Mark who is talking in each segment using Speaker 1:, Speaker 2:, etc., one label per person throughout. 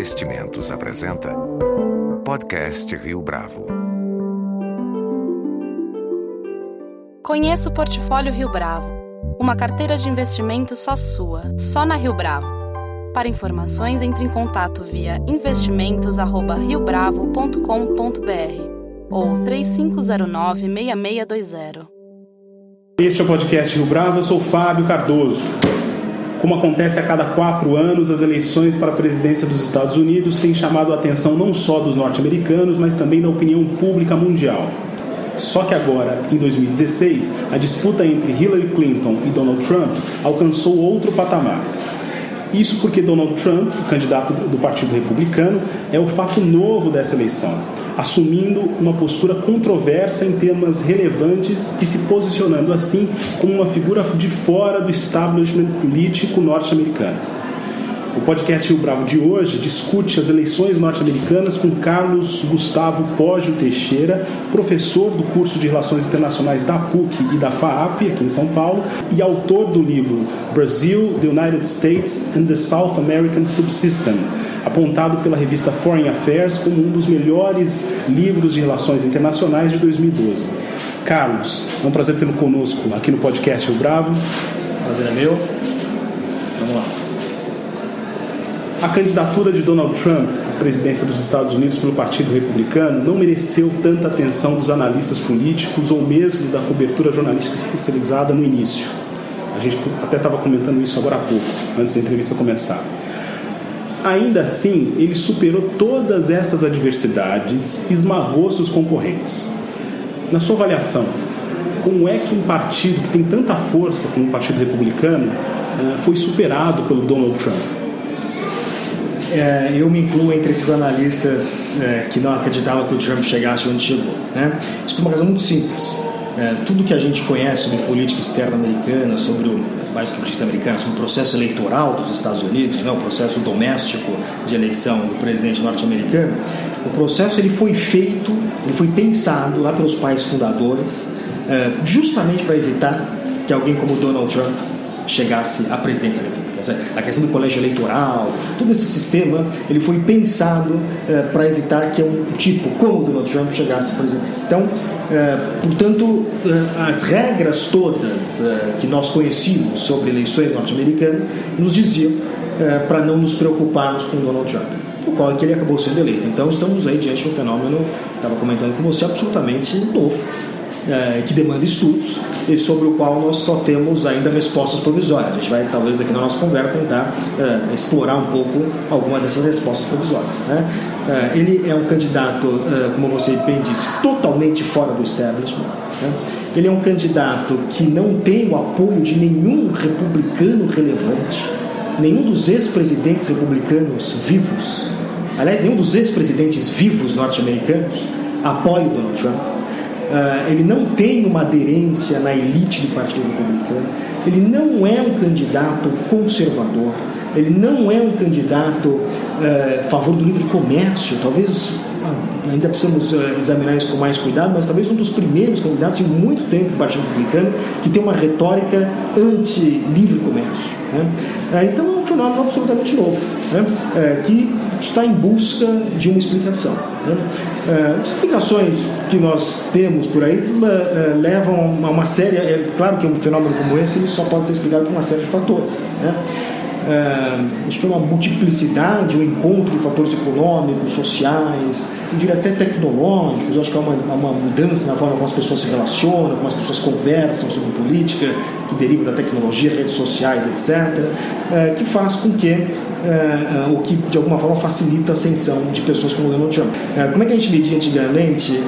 Speaker 1: Investimentos apresenta Podcast Rio Bravo.
Speaker 2: Conheça o Portfólio Rio Bravo, uma carteira de investimentos só sua, só na Rio Bravo. Para informações, entre em contato via investimentos@riobravo.com.br ou 3509-6620.
Speaker 3: Este é o Podcast Rio Bravo, eu sou Fábio Cardoso. Como acontece a cada 4 anos, as eleições para a presidência dos Estados Unidos têm chamado a atenção não só dos norte-americanos, mas também da opinião pública mundial. Só que agora, em 2016, a disputa entre Hillary Clinton e Donald Trump alcançou outro patamar. Isso porque Donald Trump, o candidato do Partido Republicano, é o fato novo dessa eleição, assumindo uma postura controversa em temas relevantes e se posicionando assim como uma figura de fora do establishment político norte-americano. O podcast Rio Bravo de hoje discute as eleições norte-americanas com Carlos Gustavo Poggio Teixeira, professor do curso de Relações Internacionais da PUC e da FAAP, aqui em São Paulo, e autor do livro Brazil, the United States and the South American Subsystem, apontado pela revista Foreign Affairs como um dos melhores livros de relações internacionais de 2012. Carlos, é um prazer tê-lo conosco aqui no podcast Rio Bravo.
Speaker 4: Prazer é meu. Vamos lá.
Speaker 3: A candidatura de Donald Trump à presidência dos Estados Unidos pelo Partido Republicano não mereceu tanta atenção dos analistas políticos ou mesmo da cobertura jornalística especializada no início. A gente até estava comentando isso agora há pouco, antes da entrevista começar. Ainda assim, ele superou todas essas adversidades e esmagou seus concorrentes. Na sua avaliação, como é que um partido que tem tanta força como o Partido Republicano foi superado pelo Donald Trump?
Speaker 4: Eu me incluo entre esses analistas que não acreditavam que o Trump chegasse onde chegou, né? Isso por uma razão muito simples. Tudo que a gente conhece sobre política externa americana, sobre mais que política americana, sobre o processo eleitoral dos Estados Unidos, né, o processo doméstico de eleição do presidente norte-americano, o processo ele foi pensado lá pelos pais fundadores, justamente para evitar que alguém como Donald Trump chegasse à presidência da República. A questão do colégio eleitoral, todo esse sistema, ele foi pensado para evitar que um tipo como Donald Trump chegasse à presidência. Então, portanto, as regras todas que nós conhecíamos sobre eleições norte-americanas nos diziam para não nos preocuparmos com Donald Trump, por qual é que ele acabou sendo eleito. Então, estamos aí diante de um fenômeno, estava comentando com você, absolutamente novo, que demanda estudos e sobre o qual nós só temos ainda respostas provisórias. A gente vai, talvez, aqui na nossa conversa tentar explorar um pouco alguma dessas respostas provisórias, né? Ele é um candidato, como você bem disse, totalmente fora do establishment, né? Ele é um candidato que não tem o apoio de nenhum republicano relevante, nenhum dos ex-presidentes republicanos vivos, aliás, nenhum dos ex-presidentes vivos norte-americanos apoia o Donald Trump. Ele não tem uma aderência na elite do Partido Republicano, ele não é um candidato conservador, ele não é um candidato a favor do livre comércio. Talvez ainda precisamos examinar isso com mais cuidado, mas talvez um dos primeiros candidatos em muito tempo do Partido Republicano que tem uma retórica anti-livre comércio, né? Então é um fenômeno absolutamente novo, né? Que está em busca de uma explicação, né? As explicações que nós temos por aí levam a uma série. É claro que um fenômeno como esse ele só pode ser explicado por uma série de fatores, né? Acho que é uma multiplicidade, um encontro de fatores econômicos, sociais, eu diria até tecnológicos. Eu acho que há uma mudança na forma como as pessoas se relacionam, como as pessoas conversam sobre política, que deriva da tecnologia, redes sociais, etc., que faz com que o que de alguma forma facilita a ascensão de pessoas como Donald Trump. Como é que a gente media antigamente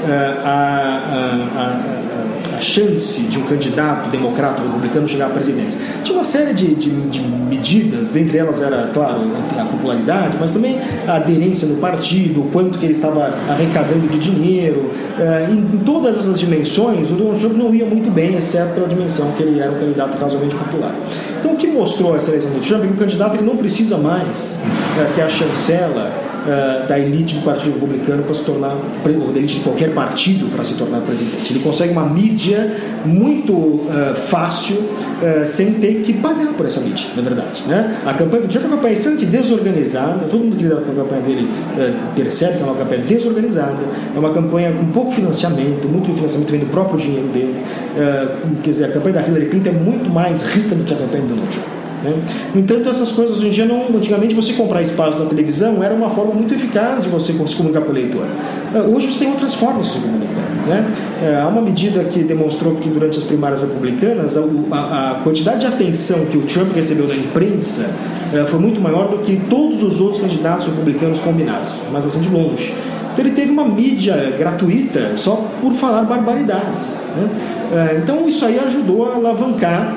Speaker 4: a chance de um candidato democrata ou republicano chegar à presidência? Tinha uma série de medidas, dentre elas era, claro, a popularidade, mas também a aderência no partido, o quanto que ele estava arrecadando de dinheiro. Em todas essas dimensões, o Donald Trump não ia muito bem, exceto pela dimensão que ele era um candidato razoavelmente popular. Então, o que mostrou essa eleição do Trump é que o candidato ele não precisa mais ter a chancela da elite do Partido Republicano para se tornar, ou da elite de qualquer partido para se tornar presidente. Ele consegue uma mídia muito fácil, sem ter que pagar por essa mídia, na verdade, né? A campanha do Trump é uma campanha extremamente desorganizada, todo mundo que lida com a campanha dele percebe que é uma campanha desorganizada, é uma campanha com pouco financiamento, muito financiamento vem do próprio dinheiro dele. Quer dizer, a campanha da Hillary Clinton é muito mais rica do que a campanha do Donald Trump, né? No entanto, essas coisas hoje em dia antigamente você comprar espaço na televisão era uma forma muito eficaz de você se comunicar com o eleitor. Hoje você tem outras formas de se comunicar, né? Há uma medida que demonstrou que durante as primárias republicanas a quantidade de atenção que o Trump recebeu da imprensa foi muito maior do que todos os outros candidatos republicanos combinados, mas assim de longe. Então ele teve uma mídia gratuita só por falar barbaridades, né? Então isso aí ajudou a alavancar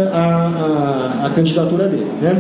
Speaker 4: a candidatura dele, né?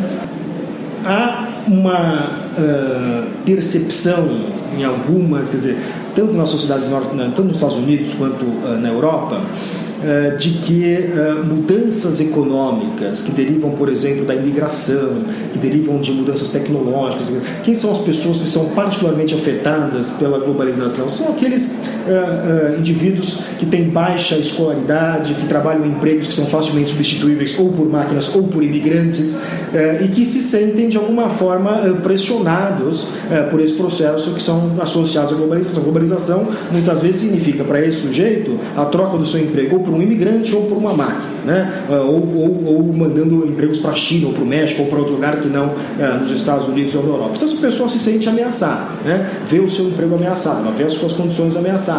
Speaker 4: Há uma percepção em algumas, quer dizer, tanto nas sociedades tanto nos Estados Unidos quanto na Europa, de que mudanças econômicas que derivam, por exemplo, da imigração, que derivam de mudanças tecnológicas, quem são as pessoas que são particularmente afetadas pela globalização? São aqueles indivíduos que têm baixa escolaridade, que trabalham em empregos que são facilmente substituíveis ou por máquinas ou por imigrantes, e que se sentem de alguma forma pressionados por esse processo, que são associados à globalização. A globalização muitas vezes significa para esse sujeito a troca do seu emprego ou por um imigrante ou por uma máquina, né? ou mandando empregos para a China ou para o México ou para outro lugar que não nos Estados Unidos ou na Europa. Então essa pessoa se sente ameaçada, né? Vê o seu emprego ameaçado, ela vê as suas condições ameaçadas,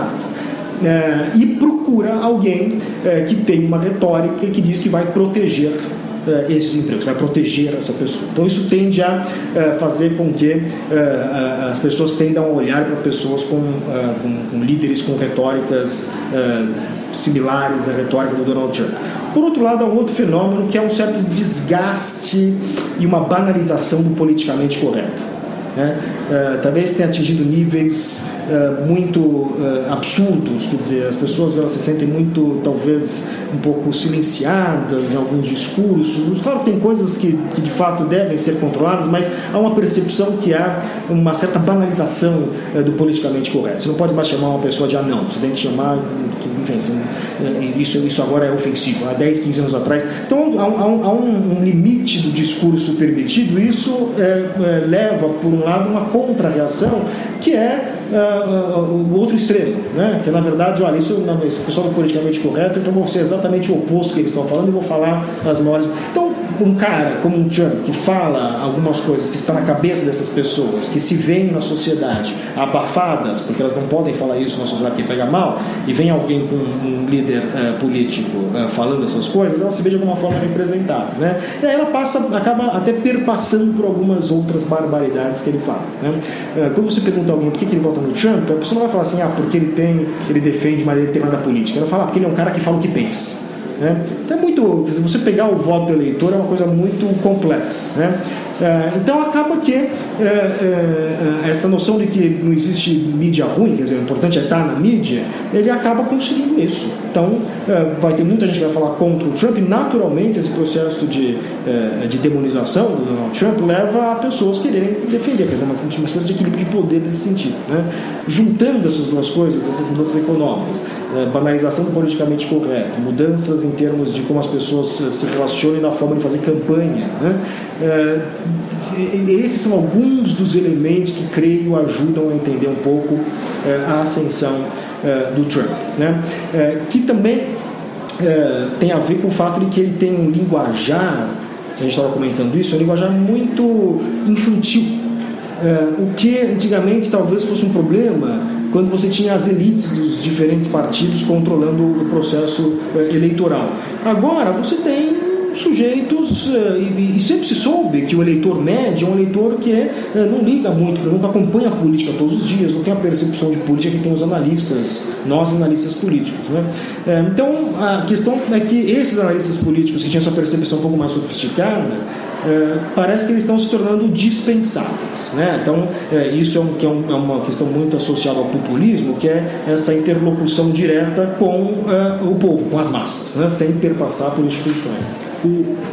Speaker 4: e procura alguém que tem uma retórica que diz que vai proteger esses empregos, vai proteger essa pessoa. Então isso tende a fazer com que as pessoas tendam a olhar para pessoas com líderes com retóricas similares à retórica do Donald Trump. Por outro lado, há um outro fenômeno que é um certo desgaste e uma banalização do politicamente correto, né? Talvez tenha atingido níveis muito absurdos, quer dizer, as pessoas elas se sentem muito, talvez, um pouco silenciadas em alguns discursos. Claro que tem coisas que de fato devem ser controladas, mas há uma percepção que há uma certa banalização do politicamente correto. Você não pode mais chamar uma pessoa de anão, você tem que chamar, enfim, isso agora é ofensivo, há 10, 15 anos atrás. Então há um limite do discurso permitido, e isso leva, por um lado, uma contra-reação, que é o outro extremo, né? Que na verdade, olha, esse pessoal é politicamente correto, então vou ser exatamente o oposto que eles estão falando e vou falar as maiores. Então, um cara como um Trump que fala algumas coisas que estão na cabeça dessas pessoas, que se veem na sociedade abafadas, porque elas não podem falar isso na sociedade que pega mal, e vem alguém com um líder político falando essas coisas, ela se vê de alguma forma representada, né? E aí ela acaba até perpassando por algumas outras barbaridades que ele fala, né? Quando você pergunta a alguém por que ele vota no Trump, a pessoa não vai falar assim, porque ele defende uma determinada política. Ela fala, porque ele é um cara que fala o que pensa, né? Então é muito, se você pegar o voto do eleitor é uma coisa muito complexa, né? Então acaba que essa noção de que não existe mídia ruim, quer dizer, o importante é estar na mídia, ele acaba conseguindo isso. Então vai ter muita gente que vai falar contra o Trump, e naturalmente esse processo de demonização do Donald Trump leva a pessoas quererem defender, quer dizer, uma espécie de equilíbrio de poder nesse sentido, né? Juntando essas duas coisas, essas mudanças econômicas, banalização do politicamente correto, mudanças em termos de como as pessoas se relacionam na forma de fazer campanha, né? Esses são alguns dos elementos que creio ajudam a entender um pouco a ascensão do Trump, né? Que também tem a ver com o fato de que ele tem um linguajar, a gente estava comentando isso, um linguajar muito infantil, o que antigamente talvez fosse um problema quando você tinha as elites dos diferentes partidos controlando o processo eleitoral. Agora você tem sujeitos, e sempre se soube que o eleitor médio é um eleitor que não liga muito, nunca acompanha a política todos os dias, não tem a percepção de política que tem os analistas, nós analistas políticos, né? Então a questão é que esses analistas políticos que tinham essa percepção um pouco mais sofisticada, parece que eles estão se tornando dispensáveis, né? Então isso é uma questão muito associada ao populismo, que é essa interlocução direta com o povo, com as massas, né? Sem perpassar por instituições.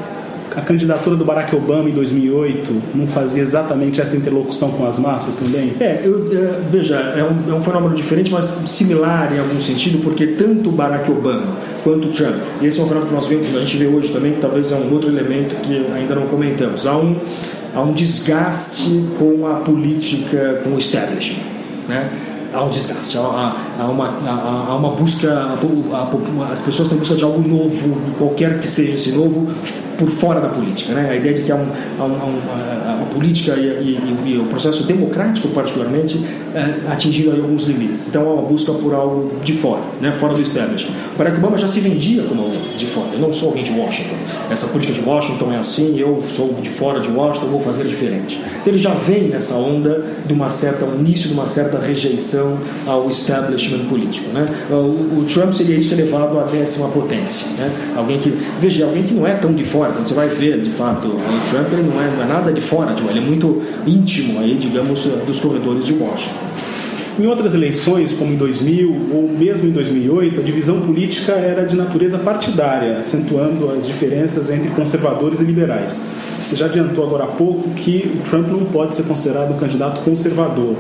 Speaker 3: a candidatura do Barack Obama em 2008 não fazia exatamente essa interlocução com as massas também?
Speaker 4: Veja, é um fenômeno diferente, mas similar em algum sentido, porque tanto o Barack Obama quanto o Trump, e esse é um fenômeno que nós vemos, que a gente vê hoje também, que talvez é um outro elemento que ainda não comentamos. Há um desgaste com a política, com o establishment, né? Há um desgaste, há uma busca, as pessoas estão em busca de algo novo, qualquer que seja esse novo, por fora da política, né? A ideia de que a política e o processo democrático, particularmente, atingiram aí alguns limites. Então há uma busca por algo de fora, né? Fora do establishment. O Barack Obama já se vendia como alguém de fora. Eu não sou alguém de Washington. Essa política de Washington é assim, eu sou de fora de Washington, vou fazer diferente. Então ele já vem nessa onda de um início de uma certa rejeição ao establishment político, né? O Trump seria isso elevado à 10ª potência, né? Alguém que não é tão de fora. Quando você vai ver, de fato, o Trump ele não é nada de fora, ele é muito íntimo aí, digamos, dos corredores de Washington.
Speaker 3: Em outras eleições, como em 2000 ou mesmo em 2008, a divisão política era de natureza partidária, acentuando as diferenças entre conservadores e liberais. Você já adiantou agora há pouco que o Trump não pode ser considerado um candidato conservador.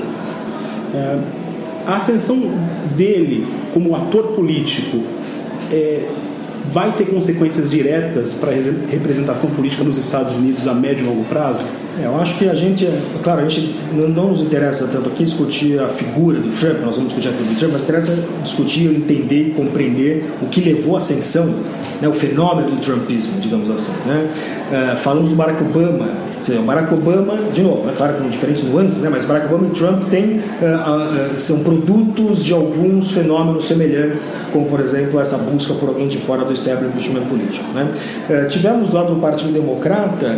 Speaker 3: A ascensão dele como ator político vai ter consequências diretas para a representação política nos Estados Unidos a médio e longo prazo?
Speaker 4: Eu acho que a gente não nos interessa tanto aqui discutir a figura do Trump, nós vamos discutir a figura do Trump, mas interessa discutir, entender e compreender o que levou à ascensão, né, o fenômeno do trumpismo, digamos assim, né? Falamos do Barack Obama. O Barack Obama, de novo, é claro que com diferentes nuances, né, mas Barack Obama e Trump são produtos de alguns fenômenos semelhantes, como, por exemplo, essa busca por alguém de fora do establishment político, né? Tivemos lá do Partido Democrata,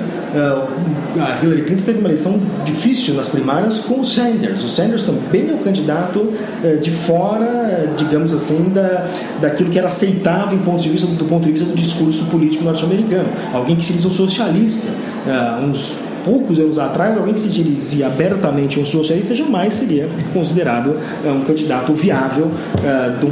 Speaker 4: a Hillary Clinton teve uma eleição difícil nas primárias com o Sanders. O Sanders também é um candidato de fora, digamos assim, daquilo que era aceitável do ponto de vista do discurso político norte-americano. Alguém que se diz um socialista. Uns poucos anos atrás, alguém que se dizia abertamente um socialista jamais seria considerado um candidato viável de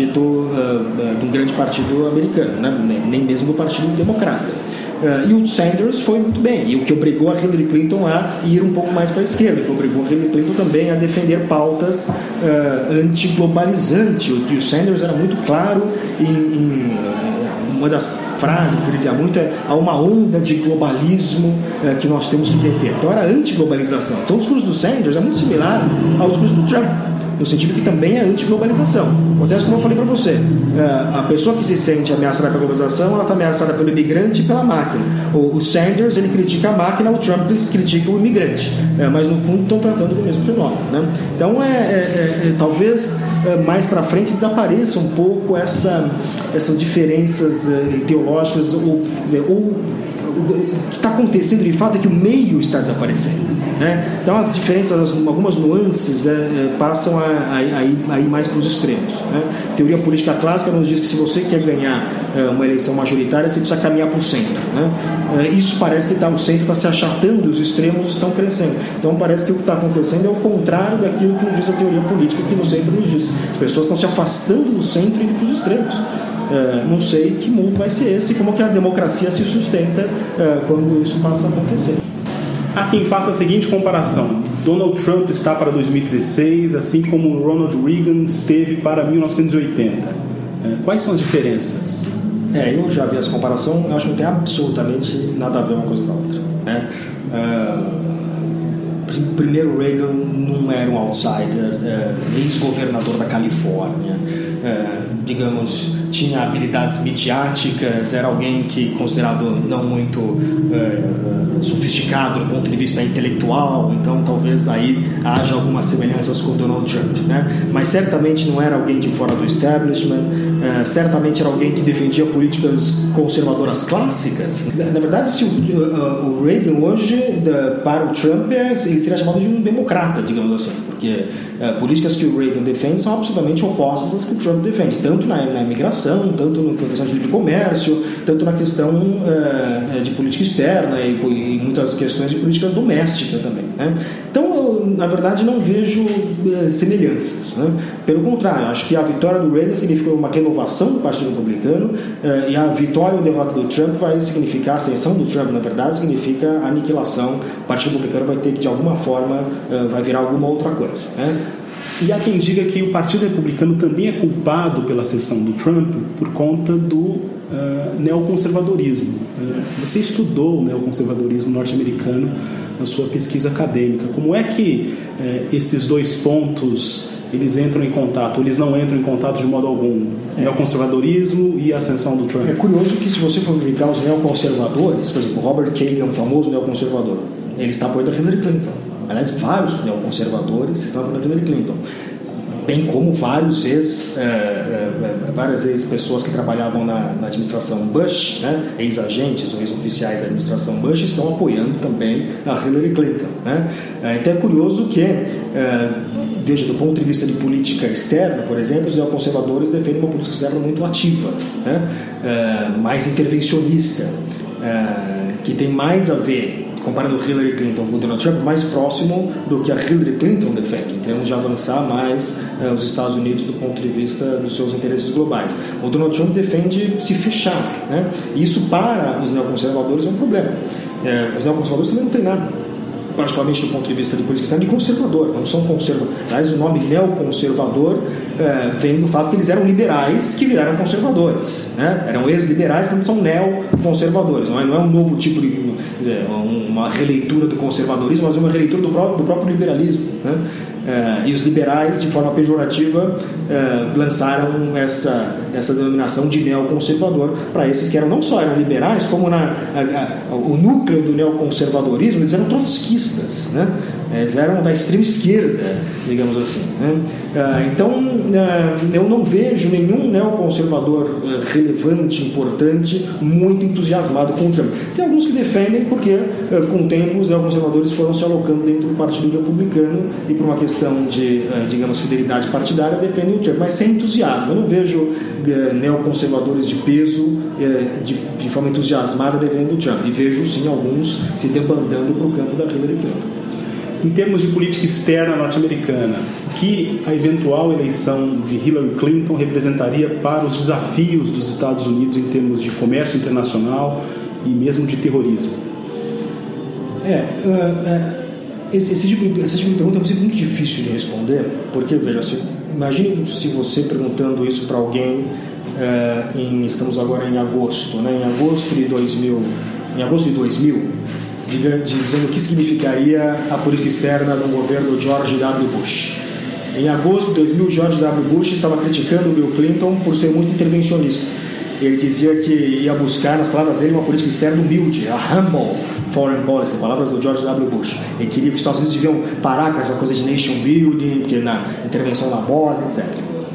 Speaker 4: um grande partido americano, né? Nem mesmo do Partido Democrata. E o Sanders foi muito bem, e o que obrigou a Hillary Clinton a ir um pouco mais para a esquerda, o que obrigou a Hillary Clinton também a defender pautas anti-globalizantes. E o Sanders era muito claro em uma das frases que ele dizia muito há uma onda de globalismo que nós temos que deter. Então era anti-globalização. Então o discurso do Sanders é muito similar ao discurso do Trump, no sentido que também é anti-globalização. Acontece como eu falei para você, a pessoa que se sente ameaçada pela globalização, ela está ameaçada pelo imigrante e pela máquina. O Sanders, ele critica a máquina, o Trump critica o imigrante, mas no fundo estão tratando do mesmo fenômeno, né? Então talvez mais para frente desapareça um pouco essas diferenças ideológicas, o que está acontecendo de fato é que o meio está desaparecendo, né? Então as diferenças, algumas nuances passam a ir mais para os extremos, né? Teoria política clássica nos diz que se você quer ganhar uma eleição majoritária, você precisa caminhar para o centro, né? Isso parece que o centro está se achatando, os extremos estão crescendo. Então parece que o que está acontecendo é o contrário daquilo que nos diz a teoria política, que no centro nos diz. As pessoas estão se afastando do centro e indo para os extremos. Não sei que mundo vai ser esse, como que a democracia se sustenta quando isso passa a acontecer.
Speaker 3: Há quem faça a seguinte comparação: Donald Trump está para 2016, assim como Ronald Reagan esteve para 1980. Quais são as diferenças?
Speaker 4: Eu já vi essa comparação, eu acho que não tem absolutamente nada a ver uma coisa com a outra, né? Primeiro, Reagan não era um outsider, ex-governador da Califórnia, digamos, tinha habilidades midiáticas, era alguém que considerado não muito sofisticado do ponto de vista intelectual, então talvez aí haja algumas semelhanças com Donald Trump, né? Mas certamente não era alguém de fora do establishment, certamente era alguém que defendia políticas conservadoras clássicas. Na verdade, se o Reagan hoje, para o Trump, ele seria chamado de um democrata, digamos assim, porque políticas que o Reagan defende são absolutamente opostas às que o Trump defende, tanto na imigração, tanto na questão de livre comércio, tanto na questão de política externa e muitas questões de política doméstica também, né? Então na verdade, não vejo semelhanças, né? Pelo contrário, acho que a vitória do Reagan significa uma renovação do Partido Republicano, e a vitória ou derrota do Trump vai significar, a ascensão do Trump, na verdade, significa a aniquilação. O Partido Republicano vai ter que, de alguma forma, vai virar alguma outra coisa, né?
Speaker 3: E há quem diga que o Partido Republicano também é culpado pela ascensão do Trump por conta do neoconservadorismo. Você estudou o neoconservadorismo norte-americano na sua pesquisa acadêmica. Como é que esses dois pontos eles entram em contato? Eles não entram em contato de modo algum? Neoconservadorismo e a ascensão do Trump.
Speaker 4: É curioso que, se você for verificar os neoconservadores, por exemplo, Robert Kagan, o famoso neoconservador, ele está apoiando a Hillary Clinton. Aliás, vários neoconservadores estão apoiando a Hillary Clinton, bem como várias ex-pessoas que trabalhavam na administração Bush, né, ex-agentes ou ex-oficiais da administração Bush, estão apoiando também a Hillary Clinton, né? Então é curioso que, veja, do ponto de vista de política externa, por exemplo, os neoconservadores defendem uma política externa muito ativa, né, mais intervencionista, que tem mais a ver, comparando Hillary Clinton com Donald Trump, mais próximo do que a Hillary Clinton defende, em termos de avançar mais os Estados Unidos do ponto de vista dos seus interesses globais. O Donald Trump defende se fechar, né? E isso, para os neoconservadores, é um problema. Os neoconservadores também não têm nada, particularmente do ponto de vista de política externa, de conservador, não são conservadores. Aliás, o nome neoconservador vem do fato que eles eram liberais que viraram conservadores, né? Eram ex-liberais, mas são neoconservadores. Não é um novo tipo de, uma releitura do conservadorismo, mas uma releitura do próprio liberalismo, né? E os liberais, de forma pejorativa, lançaram essa denominação de neoconservador para esses que não só eram liberais, como o núcleo do neoconservadorismo, eles eram trotskistas, né? Eles eram da extrema esquerda, digamos assim, né? Então, eu não vejo nenhum neoconservador relevante, importante, muito entusiasmado com o Trump. Tem alguns que defendem porque, com o tempo, os neoconservadores foram se alocando dentro do Partido Republicano e, por uma questão de, digamos, fidelidade partidária, defendem o Trump, mas sem entusiasmo. Eu não vejo neoconservadores de peso de forma entusiasmada defendendo o Trump, e vejo, sim, alguns se debandando para o campo da Hillary Clinton.
Speaker 3: Em termos de política externa norte-americana, o que a eventual eleição de Hillary Clinton representaria para os desafios dos Estados Unidos em termos de comércio internacional e mesmo de terrorismo?
Speaker 4: Esse tipo de pergunta é sempre muito difícil de responder, porque, veja, imagine se você perguntando isso para alguém estamos agora em agosto, né? Em agosto de 2000, dizendo o que significaria a política externa do governo George W. Bush. Em agosto de 2000, George W. Bush estava criticando Bill Clinton por ser muito intervencionista. Ele dizia que ia buscar, nas palavras dele, uma política externa humilde, a humble foreign policy, palavras do George W. Bush. Ele queria que os Estados Unidos deviam parar com essa coisa de nation building, que na intervenção na Bósnia, etc.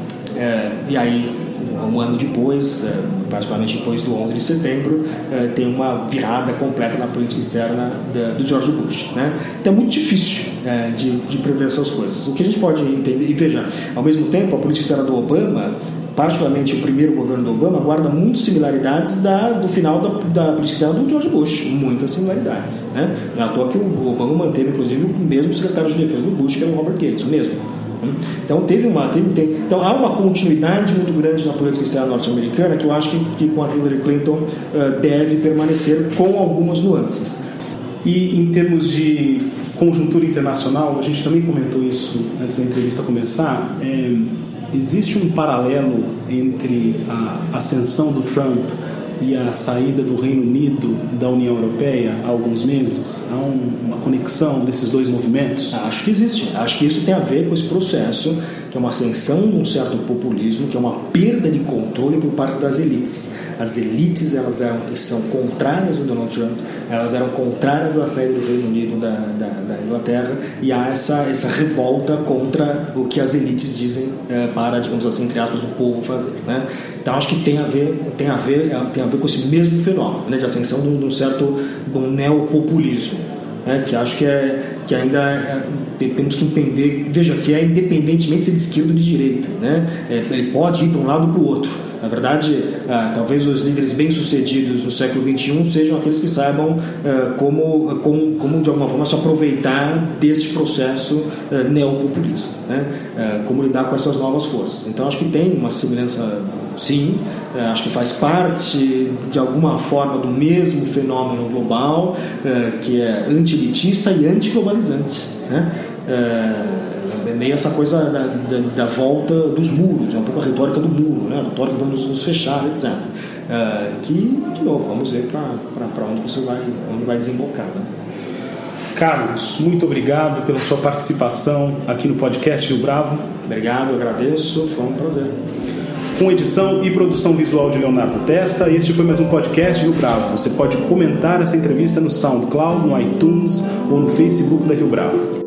Speaker 4: E aí, um ano depois, particularmente depois do 11 de setembro, tem uma virada completa na política externa do George Bush, né? Então é muito difícil de prever essas coisas. O que a gente pode entender, e veja, ao mesmo tempo, a política externa do Obama, particularmente o primeiro governo do Obama, guarda muitas similaridades do final da política externa do George Bush, muitas similaridades, né? Não é à toa que o Obama manteve, inclusive, o mesmo secretário de defesa do Bush, que era o Robert Gates, o mesmo. Então então há uma continuidade muito grande na política externa norte-americana, que eu acho que com a Hillary Clinton deve permanecer, com algumas nuances.
Speaker 3: E em termos de conjuntura internacional, a gente também comentou isso antes da entrevista começar, existe um paralelo entre a ascensão do Trump e a saída do Reino Unido da União Europeia há alguns meses? Há uma conexão desses dois movimentos?
Speaker 4: Acho que existe. Acho que isso tem a ver com esse processo, que é uma ascensão de um certo populismo, que é uma perda de controle por parte das elites. As elites, elas são contrárias ao Donald Trump, elas eram contrárias à saída do Reino Unido da Inglaterra, e há essa revolta contra o que as elites dizem para, digamos assim, entre aspas, o povo fazer, né? Então acho que tem a ver com esse mesmo fenômeno, né, de ascensão de um certo neopopulismo, né, que acho que que ainda temos que entender, veja, que é independentemente de ser de esquerda ou de direita, né? Ele pode ir para um lado ou para o outro. Na verdade, talvez os líderes bem-sucedidos do século XXI sejam aqueles que saibam como de alguma forma se aproveitar deste processo neopopulista, né? Como lidar com essas novas forças. Então, acho que tem uma semelhança, sim, acho que faz parte de alguma forma do mesmo fenômeno global, que é anti-elitista e anti-globalizante, né? Meio essa coisa da volta dos muros, um pouco a retórica do muro, né? A retórica vamos nos fechar, etc. Que, de novo, vamos ver para onde isso vai desembocar, né?
Speaker 3: Carlos, muito obrigado pela sua participação aqui no podcast Rio Bravo.
Speaker 4: Obrigado, eu agradeço, foi um prazer.
Speaker 3: Com edição e produção visual de Leonardo Testa, este foi mais um podcast Rio Bravo. Você pode comentar essa entrevista no SoundCloud, no iTunes ou no Facebook da Rio Bravo.